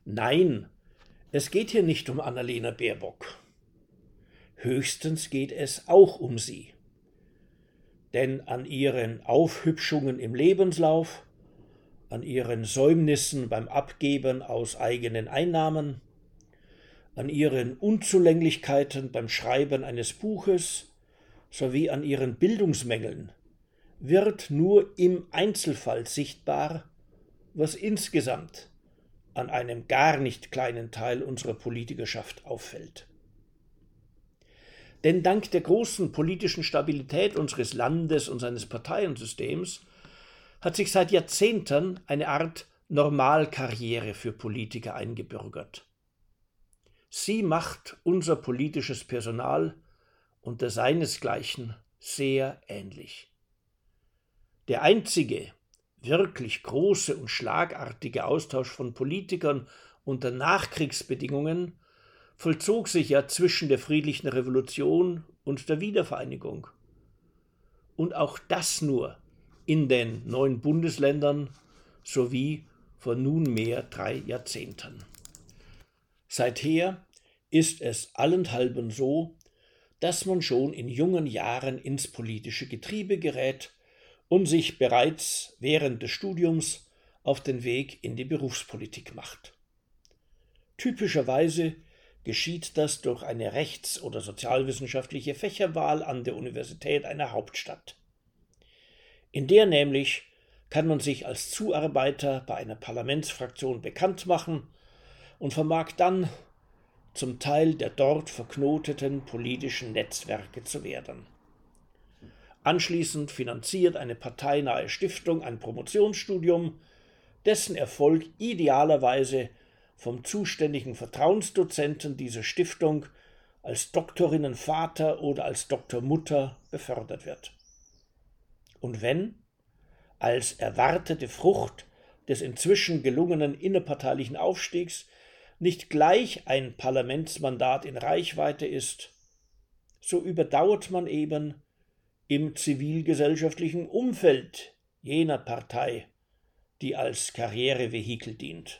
Nein, es geht hier nicht um Annalena Baerbock. Höchstens geht es auch um sie. Denn an ihren Aufhübschungen im Lebenslauf, an ihren Säumnissen beim Abgeben aus eigenen Einnahmen, an ihren Unzulänglichkeiten beim Schreiben eines Buches sowie an ihren Bildungsmängeln wird nur im Einzelfall sichtbar, was insgesamt an einem gar nicht kleinen Teil unserer Politikerschaft auffällt. Denn dank der großen politischen Stabilität unseres Landes und seines Parteiensystems hat sich seit Jahrzehnten eine Art Normalkarriere für Politiker eingebürgert. Sie macht unser politisches Personal unter seinesgleichen sehr ähnlich. Der einzige, wirklich große und schlagartige Austausch von Politikern unter Nachkriegsbedingungen vollzog sich ja zwischen der friedlichen Revolution und der Wiedervereinigung. Und auch das nur in den 9 Bundesländern sowie vor nunmehr 3 Jahrzehnten. Seither ist es allenthalben so, dass man schon in jungen Jahren ins politische Getriebe gerät und sich bereits während des Studiums auf den Weg in die Berufspolitik macht. Typischerweise geschieht das durch eine rechts- oder sozialwissenschaftliche Fächerwahl an der Universität einer Hauptstadt. In der nämlich kann man sich als Zuarbeiter bei einer Parlamentsfraktion bekannt machen und vermag dann zum Teil der dort verknoteten politischen Netzwerke zu werden. Anschließend finanziert eine parteinahe Stiftung ein Promotionsstudium, dessen Erfolg idealerweise vom zuständigen Vertrauensdozenten dieser Stiftung als Doktorinnenvater oder als Doktormutter befördert wird. Und wenn, als erwartete Frucht des inzwischen gelungenen innerparteilichen Aufstiegs, nicht gleich ein Parlamentsmandat in Reichweite ist, so überdauert man eben im zivilgesellschaftlichen Umfeld jener Partei, die als Karrierevehikel dient.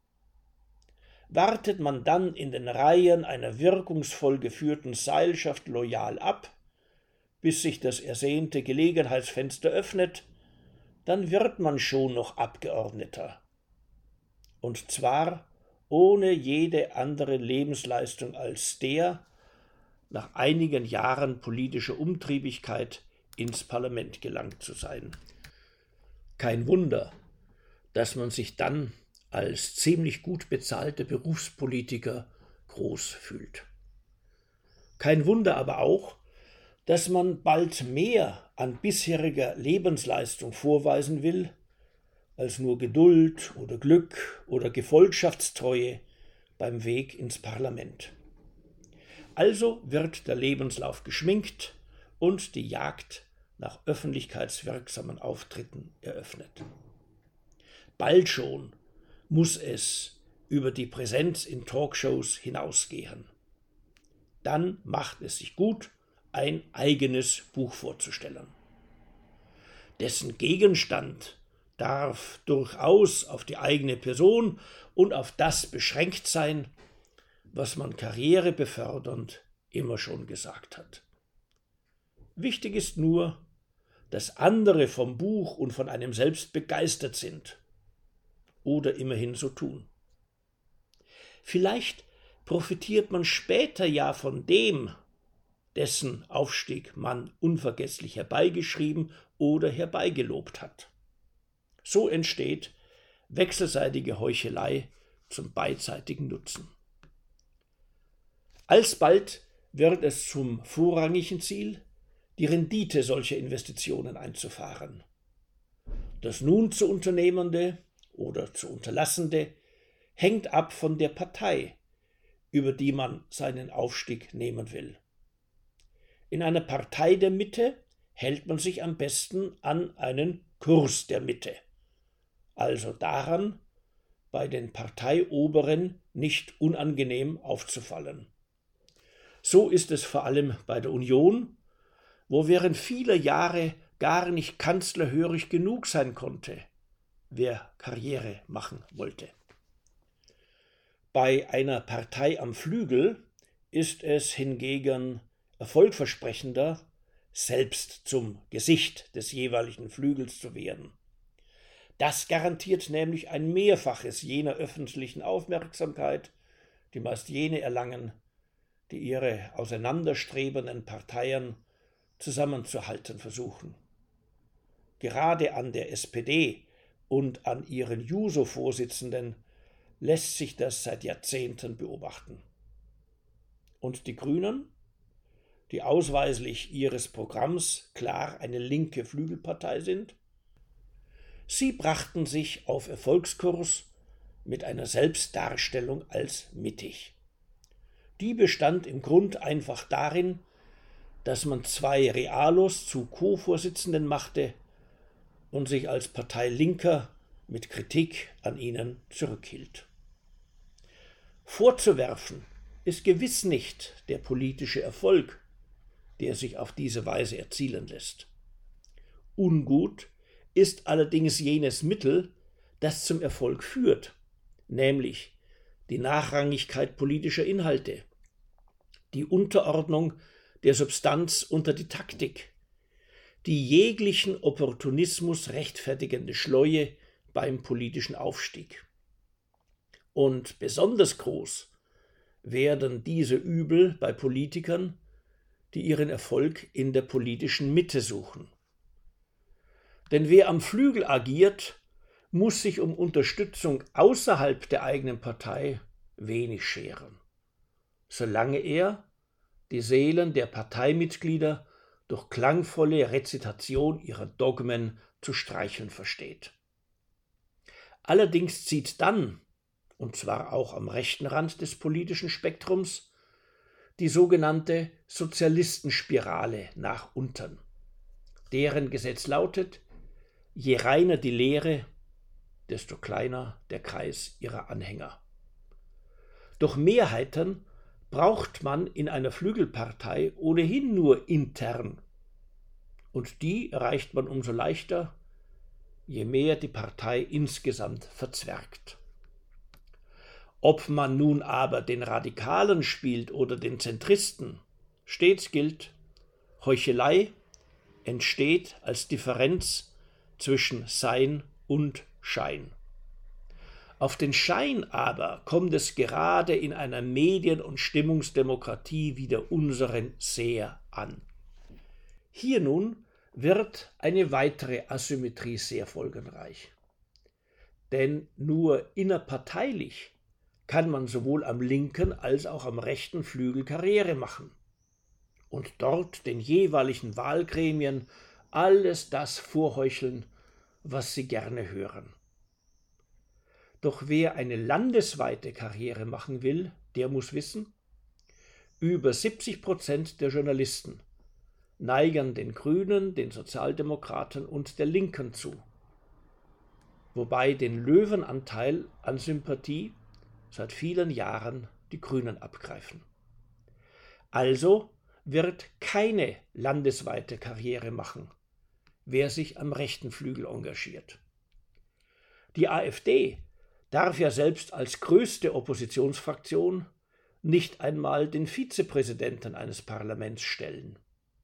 Wartet man dann in den Reihen einer wirkungsvoll geführten Seilschaft loyal ab, bis sich das ersehnte Gelegenheitsfenster öffnet, dann wird man schon noch Abgeordneter. Und zwar ohne jede andere Lebensleistung als der, nach einigen Jahren politischer Umtriebigkeit ins Parlament gelangt zu sein. Kein Wunder, dass man sich dann als ziemlich gut bezahlter Berufspolitiker groß fühlt. Kein Wunder aber auch, dass man bald mehr an bisheriger Lebensleistung vorweisen will, als nur Geduld oder Glück oder Gefolgschaftstreue beim Weg ins Parlament. Also wird der Lebenslauf geschminkt und die Jagd nach öffentlichkeitswirksamen Auftritten eröffnet. Bald schon muss es über die Präsenz in Talkshows hinausgehen. Dann macht es sich gut, ein eigenes Buch vorzustellen. Dessen Gegenstand darf durchaus auf die eigene Person und auf das beschränkt sein, was man karrierebefördernd immer schon gesagt hat. Wichtig ist nur, dass andere vom Buch und von einem selbst begeistert sind oder immerhin so tun. Vielleicht profitiert man später ja von dem, dessen Aufstieg man unvergesslich herbeigeschrieben oder herbeigelobt hat. So entsteht wechselseitige Heuchelei zum beidseitigen Nutzen. Alsbald wird es zum vorrangigen Ziel, die Rendite solcher Investitionen einzufahren. Das nun zu Unternehmende oder zu Unterlassende hängt ab von der Partei, über die man seinen Aufstieg nehmen will. In einer Partei der Mitte hält man sich am besten an einen Kurs der Mitte, also daran, bei den Parteioberen nicht unangenehm aufzufallen. So ist es vor allem bei der Union, wo während vieler Jahre gar nicht kanzlerhörig genug sein konnte, wer Karriere machen wollte. Bei einer Partei am Flügel ist es hingegen erfolgversprechender, selbst zum Gesicht des jeweiligen Flügels zu werden. Das garantiert nämlich ein Mehrfaches jener öffentlichen Aufmerksamkeit, die meist jene erlangen, die ihre auseinanderstrebenden Parteien zusammenzuhalten versuchen. Gerade an der SPD und an ihren Juso-Vorsitzenden lässt sich das seit Jahrzehnten beobachten. Und die Grünen, die ausweislich ihres Programms klar eine linke Flügelpartei sind, sie brachten sich auf Erfolgskurs mit einer Selbstdarstellung als mittig. Die bestand im Grund einfach darin, dass man zwei Realos zu Co-Vorsitzenden machte und sich als Partei Linker mit Kritik an ihnen zurückhielt. Vorzuwerfen ist gewiss nicht der politische Erfolg, der sich auf diese Weise erzielen lässt. Ungut ist allerdings jenes Mittel, das zum Erfolg führt, nämlich die Nachrangigkeit politischer Inhalte, die Unterordnung der Substanz unter die Taktik, die jeglichen Opportunismus rechtfertigende Schleue beim politischen Aufstieg. Und besonders groß werden diese Übel bei Politikern, die ihren Erfolg in der politischen Mitte suchen. Denn wer am Flügel agiert, muss sich um Unterstützung außerhalb der eigenen Partei wenig scheren, solange er die Seelen der Parteimitglieder durch klangvolle Rezitation ihrer Dogmen zu streicheln versteht. Allerdings zieht dann, und zwar auch am rechten Rand des politischen Spektrums, die sogenannte Sozialistenspirale nach unten. Deren Gesetz lautet: Je reiner die Lehre, desto kleiner der Kreis ihrer Anhänger. Doch Mehrheiten braucht man in einer Flügelpartei ohnehin nur intern, und die erreicht man umso leichter, je mehr die Partei insgesamt verzwergt. Ob man nun aber den Radikalen spielt oder den Zentristen, stets gilt: Heuchelei entsteht als Differenz zwischen Sein und Schein. Auf den Schein aber kommt es gerade in einer Medien- und Stimmungsdemokratie wie der unseren sehr an. Hier nun wird eine weitere Asymmetrie sehr folgenreich. Denn nur innerparteilich kann man sowohl am linken als auch am rechten Flügel Karriere machen und dort den jeweiligen Wahlgremien alles das vorheucheln, was sie gerne hören. Doch wer eine landesweite Karriere machen will, der muss wissen: Über 70% der Journalisten neigen den Grünen, den Sozialdemokraten und der Linken zu, wobei den Löwenanteil an Sympathie seit vielen Jahren die Grünen abgreifen. Also wird keine landesweite Karriere machen, wer sich am rechten Flügel engagiert. Die AfD darf ja selbst als größte Oppositionsfraktion nicht einmal den Vizepräsidenten eines Parlaments stellen.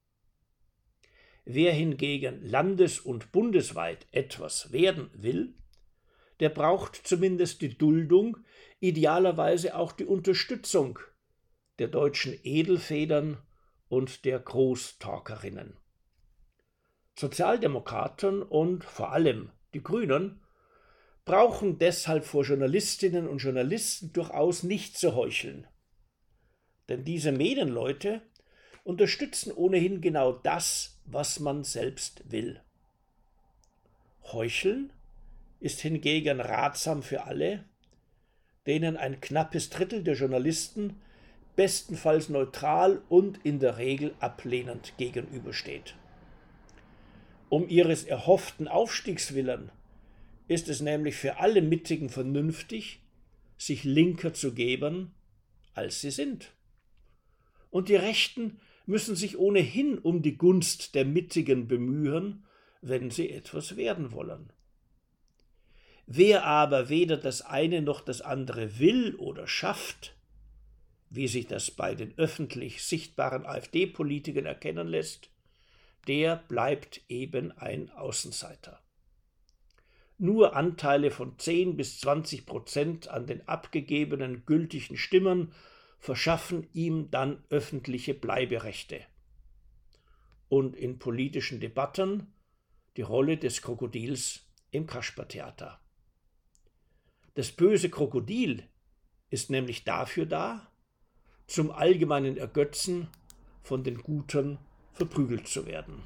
Wer hingegen landes- und bundesweit etwas werden will, der braucht zumindest die Duldung, idealerweise auch die Unterstützung der deutschen Edelfedern und der Großtalkerinnen. Sozialdemokraten und vor allem die Grünen brauchen deshalb vor Journalistinnen und Journalisten durchaus nicht zu heucheln. Denn diese Medienleute unterstützen ohnehin genau das, was man selbst will. Heucheln ist hingegen ratsam für alle, denen ein knappes Drittel der Journalisten bestenfalls neutral und in der Regel ablehnend gegenübersteht. Um ihres erhofften Aufstiegs willen ist es nämlich für alle Mittigen vernünftig, sich linker zu geben, als sie sind. Und die Rechten müssen sich ohnehin um die Gunst der Mittigen bemühen, wenn sie etwas werden wollen. Wer aber weder das eine noch das andere will oder schafft, wie sich das bei den öffentlich sichtbaren AfD-Politikern erkennen lässt, der bleibt eben ein Außenseiter. Nur Anteile von 10-20% an den abgegebenen gültigen Stimmen verschaffen ihm dann öffentliche Bleiberechte. Und in politischen Debatten die Rolle des Krokodils im Kaspertheater. Das böse Krokodil ist nämlich dafür da, zum allgemeinen Ergötzen von den Guten verprügelt zu werden.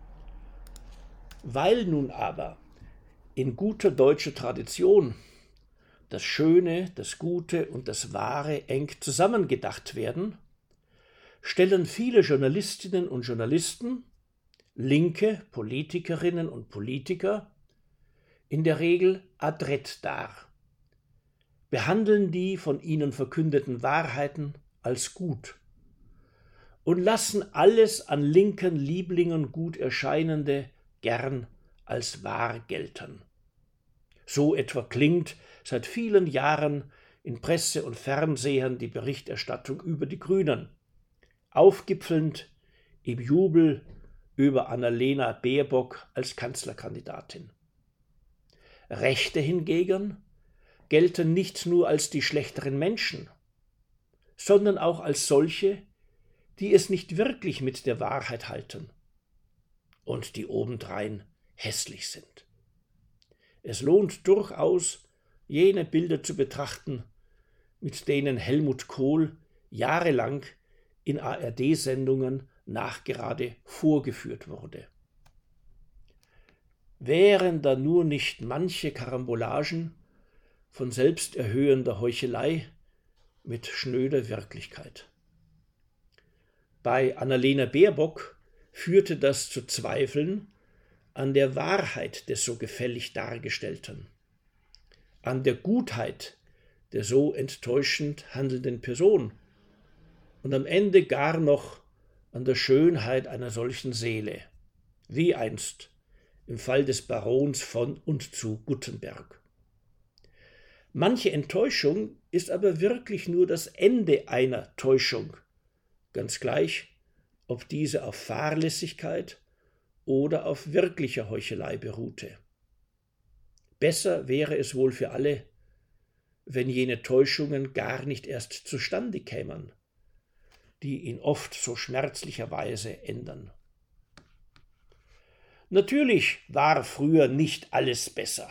Weil nun aber in guter deutscher Tradition das Schöne, das Gute und das Wahre eng zusammengedacht werden, stellen viele Journalistinnen und Journalisten, linke Politikerinnen und Politiker, in der Regel adrett dar, behandeln die von ihnen verkündeten Wahrheiten als gut und lassen alles an linken Lieblingen gut Erscheinende gern als wahr gelten. So etwa klingt seit vielen Jahren in Presse und Fernsehern die Berichterstattung über die Grünen, aufgipfelnd im Jubel über Annalena Baerbock als Kanzlerkandidatin. Rechte hingegen gelten nicht nur als die schlechteren Menschen, sondern auch als solche, die es nicht wirklich mit der Wahrheit halten und die obendrein hässlich sind. Es lohnt durchaus, jene Bilder zu betrachten, mit denen Helmut Kohl jahrelang in ARD-Sendungen nachgerade vorgeführt wurde. Wären da nur nicht manche Karambolagen von selbsterhöhender Heuchelei mit schnöder Wirklichkeit. Bei Annalena Baerbock führte das zu Zweifeln an der Wahrheit des so gefällig Dargestellten, an der Gutheit der so enttäuschend handelnden Person und am Ende gar noch an der Schönheit einer solchen Seele, wie einst im Fall des Barons von und zu Guttenberg. Manche Enttäuschung ist aber wirklich nur das Ende einer Täuschung, ganz gleich, ob diese auf Fahrlässigkeit oder auf wirklicher Heuchelei beruhte. Besser wäre es wohl für alle, wenn jene Täuschungen gar nicht erst zustande kämen, die ihn oft so schmerzlicher Weise ändern. Natürlich war früher nicht alles besser.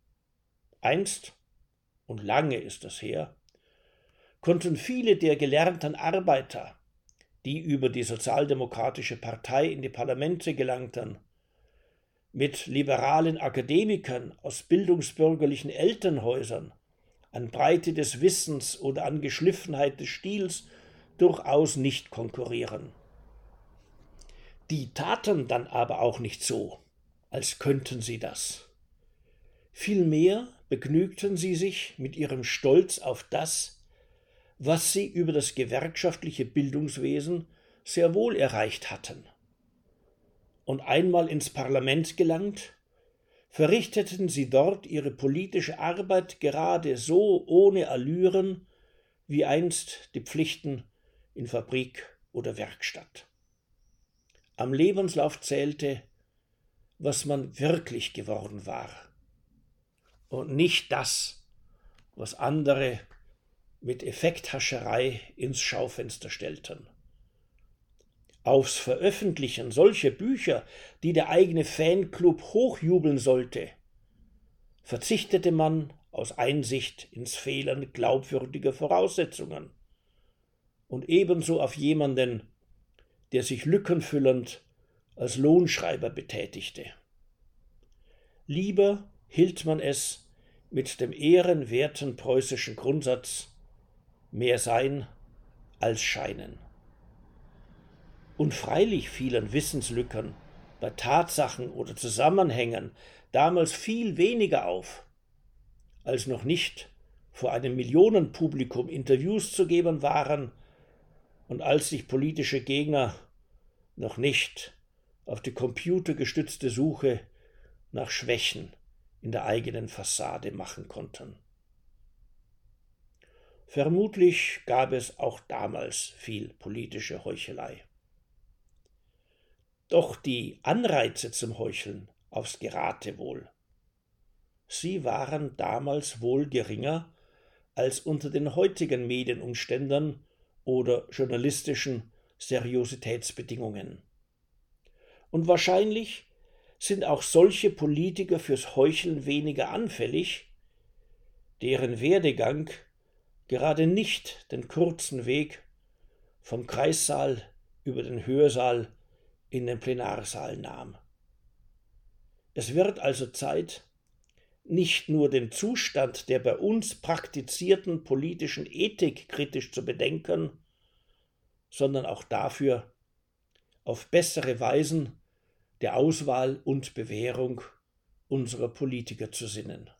Einst, und lange ist das her, konnten viele der gelernten Arbeiter, die über die Sozialdemokratische Partei in die Parlamente gelangten, mit liberalen Akademikern aus bildungsbürgerlichen Elternhäusern, an Breite des Wissens oder an Geschliffenheit des Stils durchaus nicht konkurrieren. Die taten dann aber auch nicht so, als könnten sie das. Vielmehr begnügten sie sich mit ihrem Stolz auf das, was sie über das gewerkschaftliche Bildungswesen sehr wohl erreicht hatten. Und einmal ins Parlament gelangt, verrichteten sie dort ihre politische Arbeit gerade so ohne Allüren wie einst die Pflichten in Fabrik oder Werkstatt. Am Lebenslauf zählte, was man wirklich geworden war und nicht das, was andere mit Effekthascherei ins Schaufenster stellten. Aufs Veröffentlichen solcher Bücher, die der eigene Fanclub hochjubeln sollte, verzichtete man aus Einsicht ins Fehlen glaubwürdiger Voraussetzungen und ebenso auf jemanden, der sich lückenfüllend als Lohnschreiber betätigte. Lieber hielt man es mit dem ehrenwerten preußischen Grundsatz mehr sein als scheinen. Und freilich fielen Wissenslücken bei Tatsachen oder Zusammenhängen damals viel weniger auf, als noch nicht vor einem Millionenpublikum Interviews zu geben waren und als sich politische Gegner noch nicht auf die computergestützte Suche nach Schwächen in der eigenen Fassade machen konnten. Vermutlich gab es auch damals viel politische Heuchelei. Doch die Anreize zum Heucheln aufs Geratewohl, sie waren damals wohl geringer als unter den heutigen Medienumständen oder journalistischen Seriositätsbedingungen. Und wahrscheinlich sind auch solche Politiker fürs Heucheln weniger anfällig, deren Werdegang gerade nicht den kurzen Weg vom Kreissaal über den Hörsaal in den Plenarsaal nahm. Es wird also Zeit, nicht nur den Zustand der bei uns praktizierten politischen Ethik kritisch zu bedenken, sondern auch dafür, auf bessere Weisen der Auswahl und Bewährung unserer Politiker zu sinnen.